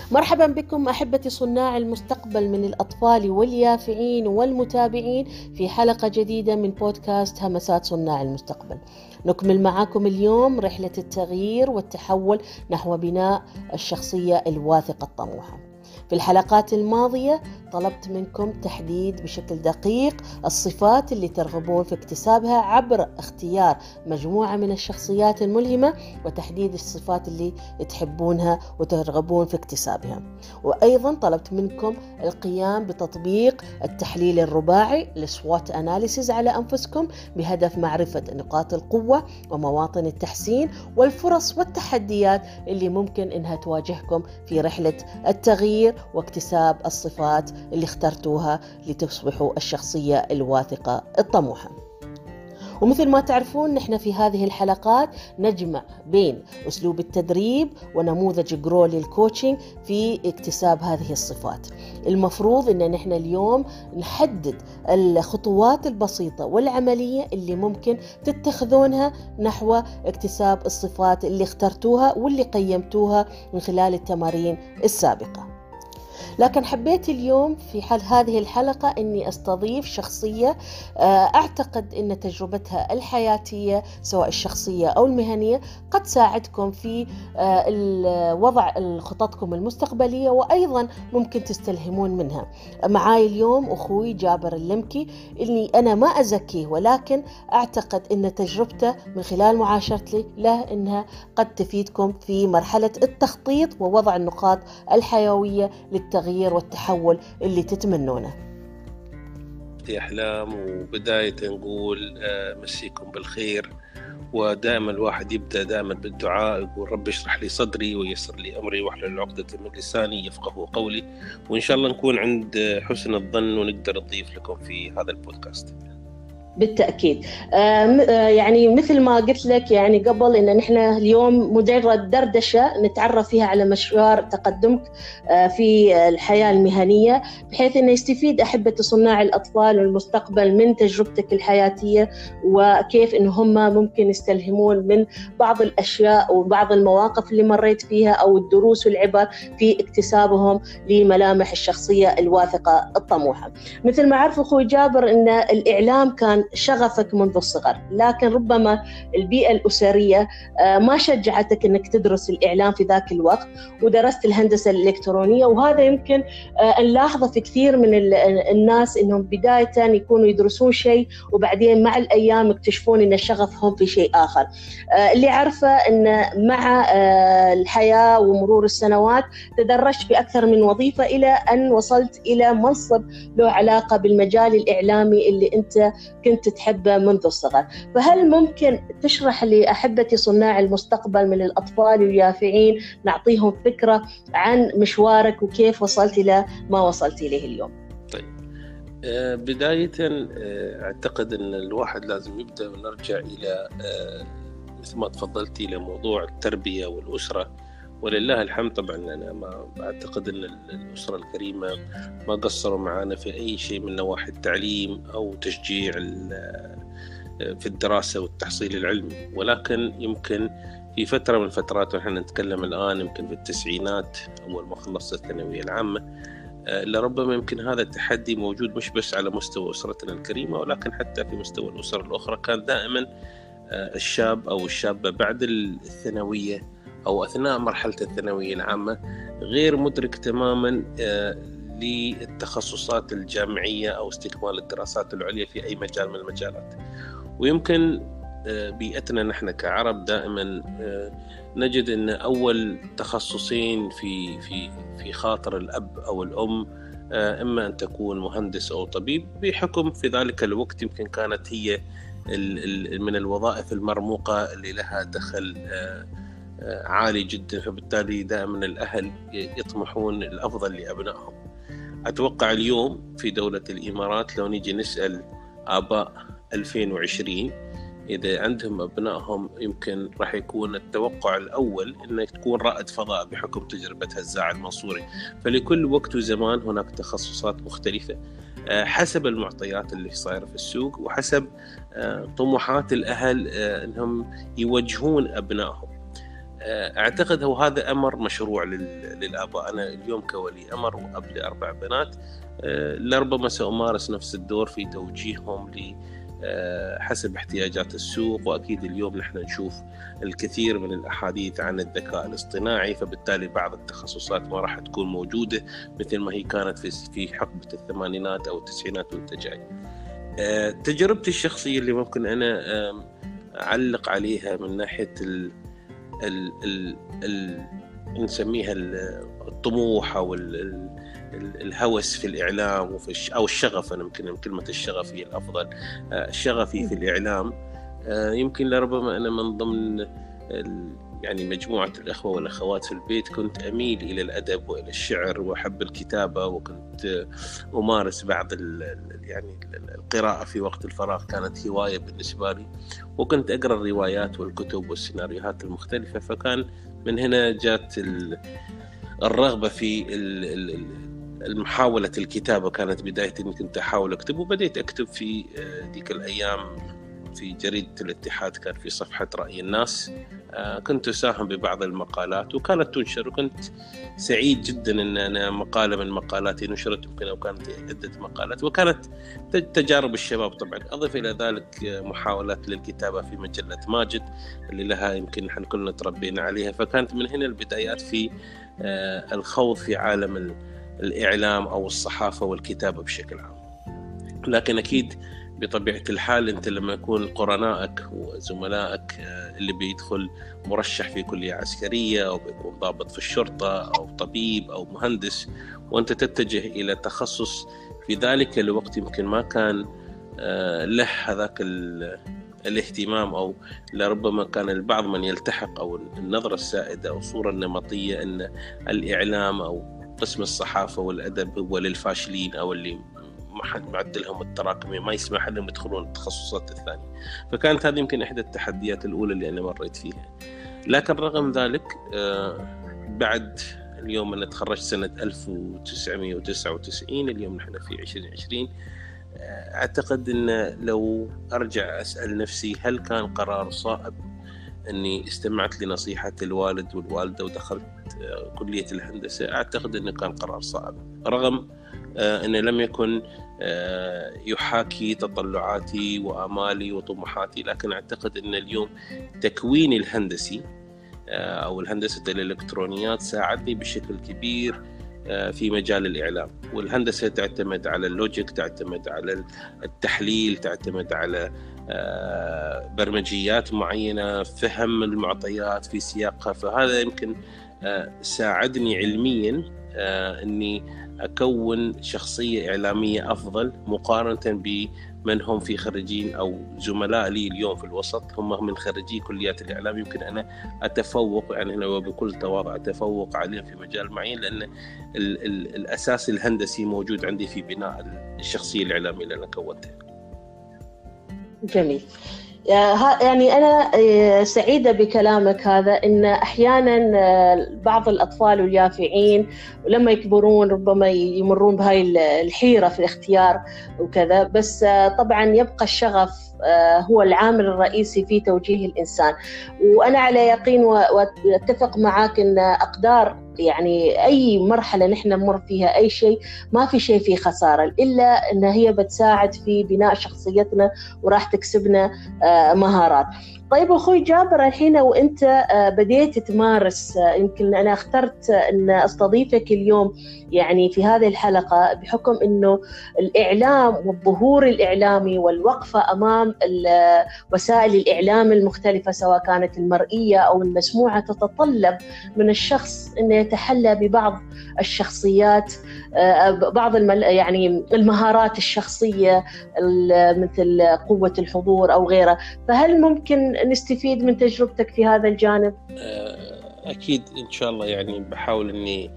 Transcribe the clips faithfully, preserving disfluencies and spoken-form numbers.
مرحبا بكم أحبتي صناع المستقبل من الأطفال واليافعين والمتابعين في حلقة جديدة من بودكاست همسات صناع المستقبل. نكمل معاكم اليوم رحلة التغيير والتحول نحو بناء الشخصية الواثقة الطموحة. في الحلقات الماضية طلبت منكم تحديد بشكل دقيق الصفات اللي ترغبون في اكتسابها عبر اختيار مجموعة من الشخصيات الملهمة وتحديد الصفات اللي تحبونها وترغبون في اكتسابها. وأيضا طلبت منكم القيام بتطبيق التحليل الرباعي السوات أناليسيز على أنفسكم بهدف معرفة نقاط القوة ومواطن التحسين والفرص والتحديات اللي ممكن إنها تواجهكم في رحلة التغيير واكتساب الصفات اللي اخترتوها لتصبحوا الشخصية الواثقة الطموحة. ومثل ما تعرفون نحن في هذه الحلقات نجمع بين أسلوب التدريب ونموذج جرو للكوتشنج في اكتساب هذه الصفات. المفروض أن نحن اليوم نحدد الخطوات البسيطة والعملية اللي ممكن تتخذونها نحو اكتساب الصفات اللي اخترتوها واللي قيمتوها من خلال التمارين السابقة. لكن حبيت اليوم في حال هذه الحلقة أني أستضيف شخصية أعتقد أن تجربتها الحياتية سواء الشخصية أو المهنية قد تساعدكم في وضع خططكم المستقبلية وأيضا ممكن تستلهمون منها. معاي اليوم أخوي جابر اللمكي اللي أنا ما أزكيه ولكن أعتقد أن تجربته من خلال معاشرتي له أنها قد تفيدكم في مرحلة التخطيط ووضع النقاط الحيوية للتغيير والتحول اللي تتمنونه. في أحلام وبداية نقول مسيكم بالخير، ودائما الواحد يبدأ دائما بالدعاء، يقول رب اشرح لي صدري ويسر لي أمري واحلل عقدة من لساني يفقهوا قولي، وإن شاء الله نكون عند حسن الظن ونقدر نضيف لكم في هذا البودكاست. بالتأكيد. آه يعني مثل ما قلت لك يعني قبل إن نحن اليوم مجرد دردشة نتعرف فيها على مشوار تقدمك آه في الحياة المهنية، بحيث إنه يستفيد أحبة صناع الأطفال والمستقبل من تجربتك الحياتية وكيف إن هم ممكن يستلهمون من بعض الأشياء وبعض المواقف اللي مريت فيها أو الدروس والعبر في اكتسابهم لملامح الشخصية الواثقة الطموحة. مثل ما عرف أخوي جابر إن الإعلام كان شغفك منذ الصغر، لكن ربما البيئة الأسرية ما شجعتك أنك تدرس الإعلام في ذاك الوقت ودرست الهندسة الإلكترونية، وهذا يمكن نلاحظه في كثير من الناس أنهم بداية يكونوا يدرسون شيء وبعدين مع الأيام يكتشفون أن شغفهم في شيء آخر. اللي عارفة أن مع الحياة ومرور السنوات تدرجت في أكثر من وظيفة إلى أن وصلت إلى منصب له علاقة بالمجال الإعلامي اللي أنت كنت تحبه منذ الصغر. فهل ممكن تشرح لي أحبتي صناع المستقبل من الأطفال واليافعين نعطيهم فكرة عن مشوارك وكيف وصلت إلى ما وصلت إليه اليوم؟ طيب آه بداية آه أعتقد أن الواحد لازم يبدأ ونرجع إلى آه مثل ما تفضلتي إلى موضوع التربية والأسرة، ولله الحمد. طبعا أنا ما أعتقد أن الأسرة الكريمة ما قصروا معنا في أي شيء من نواحي التعليم أو تشجيع في الدراسة والتحصيل العلمي، ولكن يمكن في فترة من الفترات ونحن نتكلم الآن يمكن في التسعينات أول ما خلصت الثانوية العامة، لربما يمكن هذا التحدي موجود مش بس على مستوى أسرتنا الكريمة ولكن حتى في مستوى الأسر الأخرى. كان دائما الشاب أو الشابة بعد الثانوية أو أثناء مرحلة الثانوية العامة غير مدرك تماماً للتخصصات الجامعية أو استكمال الدراسات العليا في أي مجال من المجالات. ويمكن بيئتنا نحن كعرب دائماً نجد أن أول تخصصين في في في خاطر الأب أو الأم إما أن تكون مهندس أو طبيب، بحكم في ذلك الوقت يمكن كانت هي من الوظائف المرموقة اللي لها دخل عالي جدا، فبالتالي دائما الأهل يطمحون الأفضل لأبنائهم. أتوقع اليوم في دولة الإمارات لو نيجي نسأل آباء ألفين وعشرين إذا عندهم أبنائهم يمكن راح يكون التوقع الأول أنك تكون رائد فضاء بحكم تجربة هزاع المنصوري. فلكل وقت وزمان هناك تخصصات مختلفة حسب المعطيات اللي صايرة في السوق وحسب طموحات الأهل أنهم يوجهون أبنائهم. أعتقد هو هذا أمر مشروع للآباء. أنا اليوم كولي أمر وأب لأربع بنات، لربما سأمارس نفس الدور في توجيههم حسب احتياجات السوق. وأكيد اليوم نحن نشوف الكثير من الأحاديث عن الذكاء الاصطناعي، فبالتالي بعض التخصصات ما راح تكون موجودة مثل ما هي كانت في حقبة الثمانينات أو التسعينات وانت جاي. تجربتي الشخصية اللي ممكن أنا أعلق عليها من ناحية ال ال ال ال نسميها الطموح أو ال الهوس في الإعلام وفي أو الشغف، أنا يمكن كلمة الشغف هي الأفضل، شغفي في الإعلام. يمكن لربما أنا من ضمن يعني مجموعة الأخوة والأخوات في البيت كنت أميل إلى الأدب وإلى الشعر وأحب الكتابة، وكنت أمارس بعض يعني القراءة في وقت الفراغ، كانت هواية بالنسبة لي، وكنت أقرأ الروايات والكتب والسيناريوهات المختلفة. فكان من هنا جات الرغبة في المحاولة الكتابة. كانت بداية أني كنت أحاول أكتب، وبدأت أكتب في ذيك الأيام في جريدة الاتحاد، كان في صفحة رأي الناس، كنت أساهم ببعض المقالات وكانت تنشر، وكنت سعيد جدا أن أنا مقالة من مقالاتي نشرت، يمكن أو كانت عدة مقالات، وكانت تجارب الشباب طبعا. أضف إلى ذلك محاولات للكتابة في مجلة ماجد اللي لها يمكن نحن كلنا تربينا عليها. فكانت من هنا البدايات في الخوض في عالم الإعلام أو الصحافة والكتابة بشكل عام. لكن أكيد بطبيعة الحال أنت لما يكون قرنائك وزملائك اللي بيدخل مرشح في كلية عسكرية أو بيكون ضابط في الشرطة أو طبيب أو مهندس، وأنت تتجه إلى تخصص في ذلك الوقت يمكن ما كان له هذاك الاهتمام، أو لربما كان البعض من يلتحق أو النظرة السائدة أو الصورة النمطية أن الإعلام أو قسم الصحافة والأدب هو للفاشلين أو اللي معدلهم التراكمي ما يسمح لهم يدخلون التخصصات الثانية. فكانت هذه يمكن إحدى التحديات الأولى اللي أنا مريت فيها. لكن رغم ذلك بعد اليوم أنا تخرجت سنة ألف وتسعمائة وتسعة وتسعين، اليوم نحن في عشرين عشرين، أعتقد أن لو أرجع أسأل نفسي هل كان قرار صائب أني استمعت لنصيحة الوالد والوالدة ودخلت كلية الهندسة؟ أعتقد أنه كان قرار صائب، رغم أنه لم يكن يحاكي تطلعاتي وآمالي وطموحاتي. لكن أعتقد أن اليوم تكويني الهندسي أو الهندسة الإلكترونيات ساعدني بشكل كبير في مجال الإعلام. والهندسة تعتمد على اللوجيك، تعتمد على التحليل، تعتمد على برمجيات معينة، فهم المعطيات في سياقها. فهذا يمكن ساعدني علميا أني أكون شخصية إعلامية أفضل مقارنة بمن هم في خريجين أو زملاء لي اليوم في الوسط هم من خريجي كليات الإعلام. يمكن أنا أتفوق، يعني هنا وبكل تواضع أتفوق عليهم في مجال معين، لأن ال ال الأساس الهندسي موجود عندي في بناء الشخصية الإعلامية اللي أنا كونتها. جميل. يعني أنا سعيدة بكلامك هذا، إن أحياناً بعض الأطفال واليافعين لما يكبرون ربما يمرون بهاي الحيرة في الاختيار وكذا، بس طبعاً يبقى الشغف هو العامل الرئيسي في توجيه الإنسان. وأنا على يقين واتفق معاك إن أقدار يعني أي مرحلة نحن نمر فيها أي شيء ما في شيء فيه خسارة، إلا إن هي بتساعد في بناء شخصيتنا وراح تكسبنا مهارات. طيب أخوي جابر، الحين وأنت بديت تمارس، يمكن أنا اخترت أن أستضيفك اليوم يعني في هذه الحلقة بحكم أنه الإعلام والظهور الإعلامي والوقفة أمام وسائل الإعلام المختلفة سواء كانت المرئية أو المسموعة تتطلب من الشخص أنه يتحلى ببعض الشخصيات، بعض المل... يعني المهارات الشخصية مثل قوة الحضور أو غيره. فهل ممكن نستفيد من تجربتك في هذا الجانب؟ أكيد إن شاء الله. يعني بحاول أني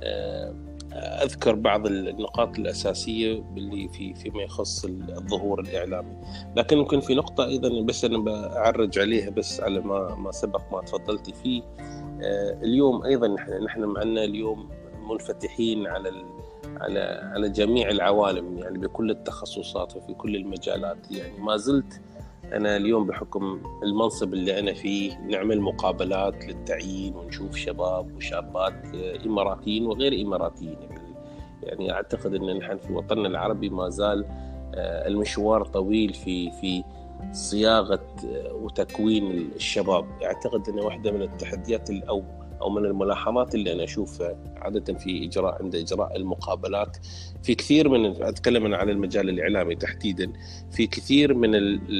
أذكر بعض النقاط الأساسية اللي في فيما يخص الظهور الإعلامي. لكن ممكن في نقطة أيضا بس أنا بعرج عليها بس على ما ما سبق ما تفضلتي فيه. اليوم أيضا نحن نحن معنا اليوم منفتحين على على على جميع العوالم، يعني بكل التخصصات وفي كل المجالات. يعني ما زلت أنا اليوم بحكم المنصب اللي أنا فيه نعمل مقابلات للتعيين ونشوف شباب وشابات إماراتيين وغير إماراتيين. يعني أعتقد أن نحن في وطننا العربي ما زال المشوار طويل في في صياغة وتكوين الشباب. أعتقد أن واحدة من التحديات أو أو من الملاحظات اللي أنا أشوفها عادة في إجراء عند إجراء المقابلات في كثير من، أتكلم عن المجال الإعلامي تحديدا، في كثير من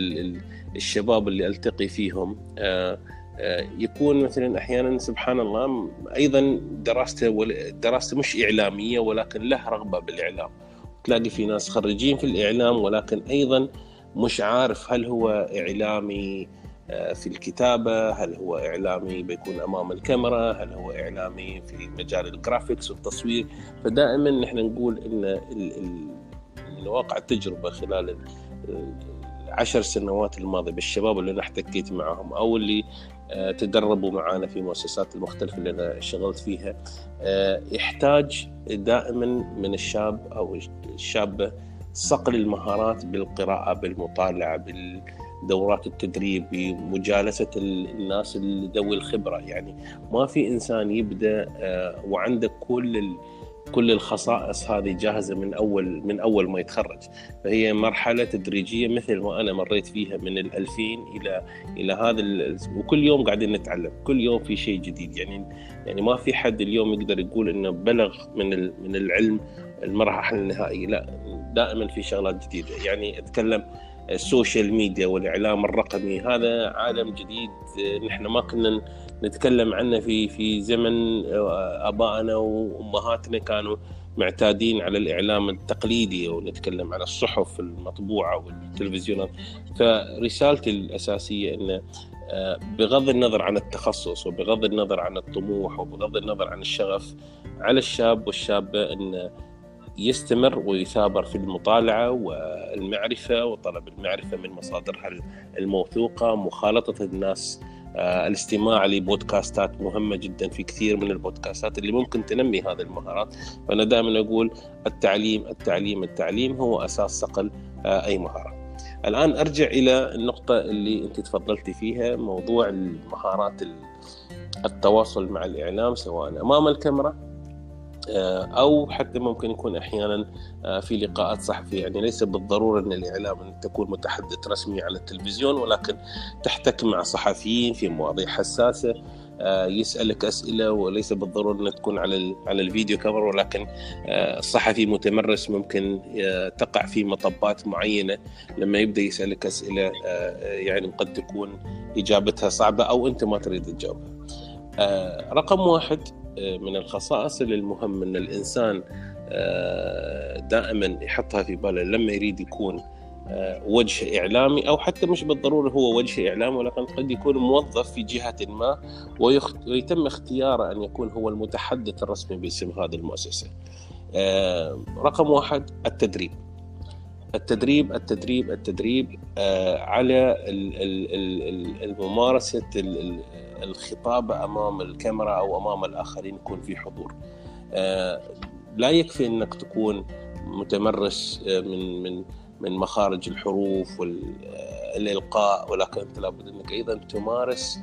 الشباب اللي ألتقي فيهم يكون مثلا أحيانا سبحان الله أيضا دراسته دراسته مش إعلامية ولكن له رغبة بالإعلام. تلاقي في ناس خريجين في الإعلام ولكن أيضا مش عارف هل هو إعلامي في الكتابة، هل هو إعلامي بيكون أمام الكاميرا، هل هو إعلامي في مجال الجرافيكس والتصوير. فدائما نحن نقول إن من واقع التجربة خلال العشر سنوات الماضية بالشباب اللي أنا احتكيت معهم أو اللي تدربوا معنا في مؤسسات المختلفة اللي أنا اشتغلت فيها، يحتاج دائما من الشاب أو الشابة صقل المهارات بالقراءة، بالمطالعة، بالدورات التدريب، بمجالسة الناس اللي ذوي الخبرة. يعني ما في إنسان يبدأ وعنده كل كل الخصائص هذه جاهزة من أول من أول ما يتخرج. فهي مرحلة تدريجية مثل ما أنا مريت فيها من الألفين إلى إلى هذا ال... وكل يوم قاعدين نتعلم، كل يوم في شيء جديد. يعني يعني ما في حد اليوم يقدر يقول إنه بلغ من ال... من العلم المرحلة النهائية، لا، دائما في شغلات جديدة. يعني أتكلم السوشيال ميديا والإعلام الرقمي، هذا عالم جديد نحن ما كنا نتكلم عنه في في زمن آبائنا وأمهاتنا كانوا معتادين على الإعلام التقليدي، ونتكلم على الصحف المطبوعة والتلفزيونات. فرسالتي الأساسية أن بغض النظر عن التخصص وبغض النظر عن الطموح وبغض النظر عن الشغف، على الشاب والشابة أن يستمر ويثابر في المطالعة والمعرفة وطلب المعرفة من مصادرها الموثوقة، مخالطة الناس، الاستماع لبودكاستات مهمة جدا. في كثير من البودكاستات اللي ممكن تنمي هذه المهارات. فأنا دائما أقول التعليم التعليم التعليم هو أساس صقل أي مهارة. الآن أرجع إلى النقطة اللي أنت تفضلتي فيها، موضوع المهارات التواصل مع الإعلام سواء أمام الكاميرا أو حتى ممكن يكون أحيانا في لقاءات صحفية. يعني ليس بالضرورة أن الإعلام أن تكون متحدث رسمي على التلفزيون، ولكن تحتك مع صحفيين في مواضيع حساسة، يسألك أسئلة، وليس بالضرورة أن تكون على على الفيديو كاميرا، ولكن الصحفي متمرس ممكن تقع في مطبات معينة لما يبدأ يسألك أسئلة يعني قد تكون إجابتها صعبة أو أنت ما تريد تجاوبها. رقم واحد من الخصائص اللي المهم أن الإنسان دائما يحطها في باله لما يريد يكون وجه إعلامي، أو حتى مش بالضرورة هو وجه إعلامي، ولكن قد يكون موظف في جهة ما ويتم اختياره أن يكون هو المتحدث الرسمي باسم هذه المؤسسة. رقم واحد التدريب التدريب التدريب التدريب على الممارسة الخطابة أمام الكاميرا أو أمام الآخرين، يكون في حضور. لا يكفي أنك تكون متمرس من من من مخارج الحروف والإلقاء، ولكن أنت لابد أنك أيضا تمارس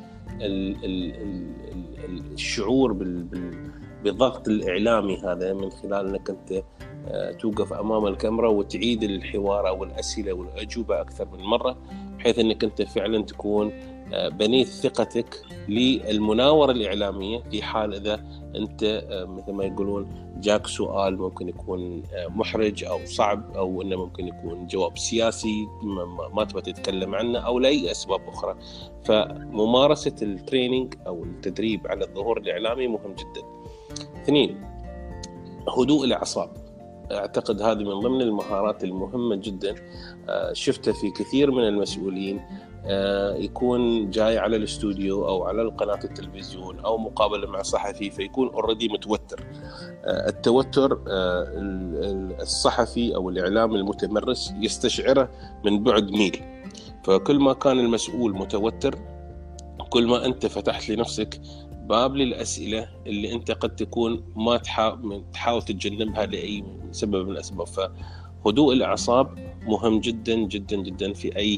الشعور بالضغط الإعلامي هذا من خلال أنك أنت توقف أمام الكاميرا وتعيد الحوار أو الأسئلة والأجوبة أكثر من مرة، بحيث أنك أنت فعلا تكون بنيت ثقتك للمناورة الإعلامية في حال إذا أنت مثل ما يقولون جاك سؤال ممكن يكون محرج أو صعب، أو أنه ممكن يكون جواب سياسي ما تبغى تتكلم عنه أو لأي أسباب أخرى. فممارسة التريننج أو التدريب على الظهور الإعلامي مهم جدا. اثنين، هدوء الأعصاب. أعتقد هذه من ضمن المهارات المهمة جدا. شفتها في كثير من المسؤولين، يكون جاي على الاستوديو أو على القناة التلفزيون أو مقابلة مع صحفي فيكون أوريدي متوتر. التوتر الصحفي أو الإعلام المتمرس يستشعره من بعد ميل. فكل ما كان المسؤول متوتر كل ما أنت فتحت لنفسك باب للأسئلة اللي أنت قد تكون ما تحاول تتجنبها لأي سبب من الأسباب. فهدوء الأعصاب مهم جدا جدا جدا في أي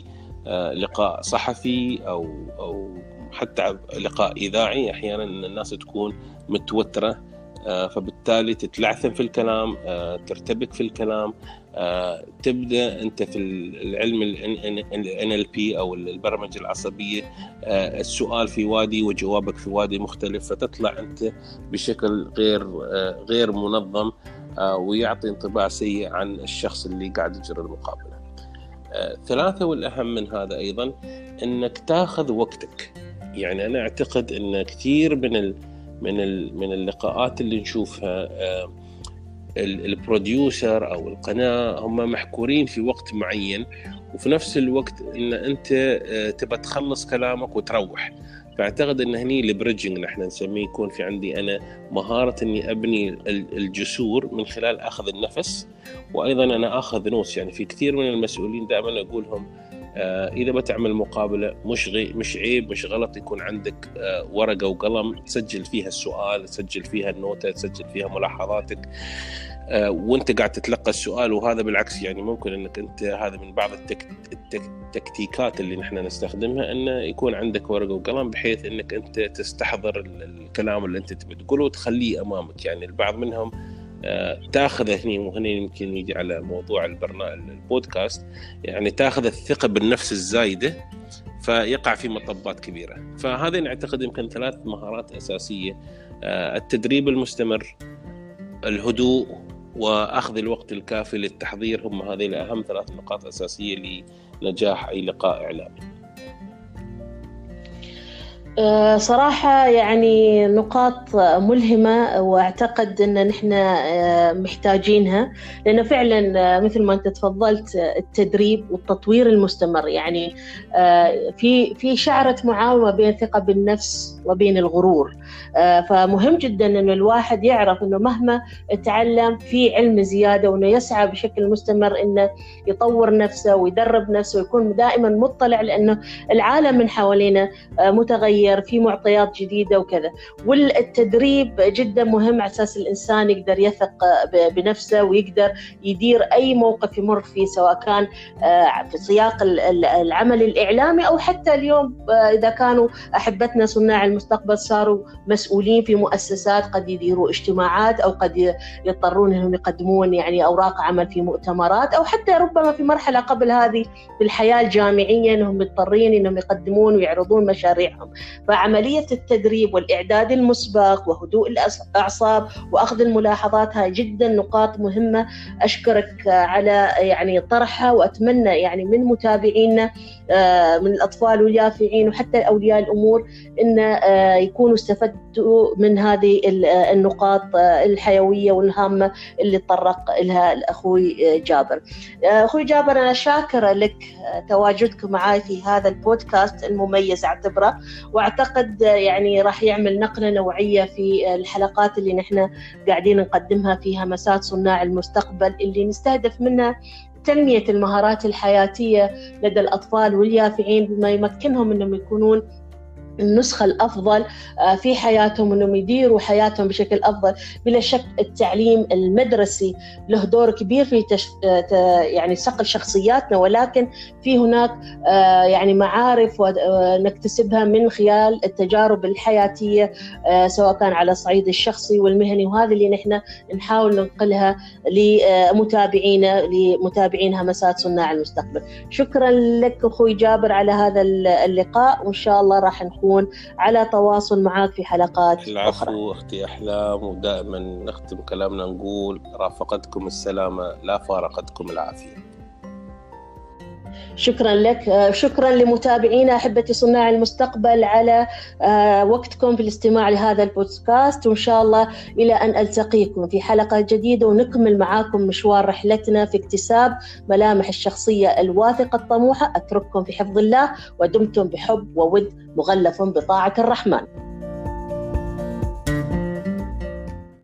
لقاء صحفي أو أو حتى لقاء إذاعي، أحيانا الناس تكون متوترة، فبالتالي تتلعثم في الكلام، ترتبك في الكلام، تبدأ أنت في العلم ال إن إل بي أو البرمجة العصبية السؤال في وادي وجوابك في وادي مختلف، فتطلع أنت بشكل غير غير منظم ويعطي انطباع سيء عن الشخص اللي قاعد يجري المقابلة. ثلاثة والأهم من هذا أيضا أنك تأخذ وقتك. يعني أنا أعتقد أن كثير من ال من ال من اللقاءات اللي نشوفها البروديوسر أو القناة هم محكورين في وقت معين، وفي نفس الوقت أن أنت تبى تخلص كلامك وتروح. فأعتقد أن هني البريدجنج نحن نسميه، يكون في عندي أنا مهارة أني أبني الجسور من خلال أخذ النفس، وأيضا أنا أخذ نوتس. يعني في كثير من المسؤولين دائما أقولهم آه إذا بتعمل مقابلة مش غي مش عيب مش غلط يكون عندك آه ورقة وقلم تسجل فيها السؤال، تسجل فيها النوتة، تسجل فيها ملاحظاتك آه وانت قاعد تتلقى السؤال. وهذا بالعكس يعني ممكن انك انت، هذا من بعض التك... التك... التكتيكات اللي نحن نستخدمها، انه يكون عندك ورقة وقلم بحيث انك انت تستحضر الكلام اللي انت تبي تقوله وتخليه امامك. يعني البعض منهم تاخذ هني، وهني يمكن يجي على موضوع البرنامج البودكاست، يعني تاخذ الثقة بالنفس الزايدة فيقع في مطبات كبيرة. فهذه نعتقد يمكن ثلاث مهارات أساسية: التدريب المستمر، الهدوء، وأخذ الوقت الكافي للتحضير. هم هذه الأهم ثلاث نقاط أساسية لنجاح أي لقاء إعلامي. صراحة يعني نقاط ملهمة، وأعتقد أن نحن محتاجينها، لأنه فعلا مثل ما أنت تفضلت التدريب والتطوير المستمر. يعني في في شعرة معاومة بين الثقة بالنفس وبين الغرور. فمهم جدا أن الواحد يعرف أنه مهما تعلم في علم زيادة، وأنه يسعى بشكل مستمر أنه يطور نفسه ويدرب نفسه ويكون دائما مطلع، لأنه العالم من حوالينا متغير، في معطيات جديدة وكذا. والتدريب جدا مهم على أساس الإنسان يقدر يثق بنفسه ويقدر يدير أي موقف يمر فيه، سواء كان في سياق العمل الإعلامي أو حتى اليوم إذا كانوا أحبتنا صناع المستقبل صاروا مسؤولين في مؤسسات، قد يديروا اجتماعات أو قد يضطرون أنهم يقدمون يعني أوراق عمل في مؤتمرات، أو حتى ربما في مرحلة قبل هذه في الحياة الجامعية أنهم مضطرين أنهم يقدمون ويعرضون مشاريعهم. فعملية التدريب والإعداد المسبق وهدوء الأعصاب وأخذ الملاحظات هاي جدا نقاط مهمة. أشكرك على يعني طرحها، وأتمنى يعني من متابعينا من الأطفال واليافعين وحتى أولياء الأمور إن يكونوا استفدوا من هذه النقاط الحيوية والهامة اللي تطرق لها الأخوي جابر. أخوي جابر، أنا شاكرة لك تواجدك معي في هذا البودكاست المميز أعتبره، وأعتقد يعني راح يعمل نقلة نوعية في الحلقات اللي نحن قاعدين نقدمها في همسات صناع المستقبل، اللي نستهدف منها تنمية المهارات الحياتية لدى الأطفال واليافعين بما يمكنهم أنهم يكونون النسخة الأفضل في حياتهم، أنهم يديروا حياتهم بشكل أفضل. بلا شك التعليم المدرسي له دور كبير في تش... يعني صقل شخصياتنا، ولكن في هناك يعني معارف ونكتسبها من خلال التجارب الحياتية، سواء كان على الصعيد الشخصي والمهني، وهذا اللي نحن نحاول ننقلها لمتابعينا لمتابعين همسات صناع المستقبل. شكرا لك أخوي جابر على هذا اللقاء، وإن شاء الله راح نكون على تواصل معك في حلقات العفو أخرى. العفو أختي أحلام، ودائما نختم كلامنا نقول رافقتكم السلامة لا فارقتكم العافية. شكرا لك، شكرا لمتابعينا أحبتي صناع المستقبل على وقتكم في الاستماع لهذا البودكاست، وإن شاء الله إلى أن ألتقيكم في حلقة جديدة ونكمل معاكم مشوار رحلتنا في اكتساب ملامح الشخصية الواثقة الطموحة. أترككم في حفظ الله، ودمتم بحب وود مغلف بطاعة الرحمن.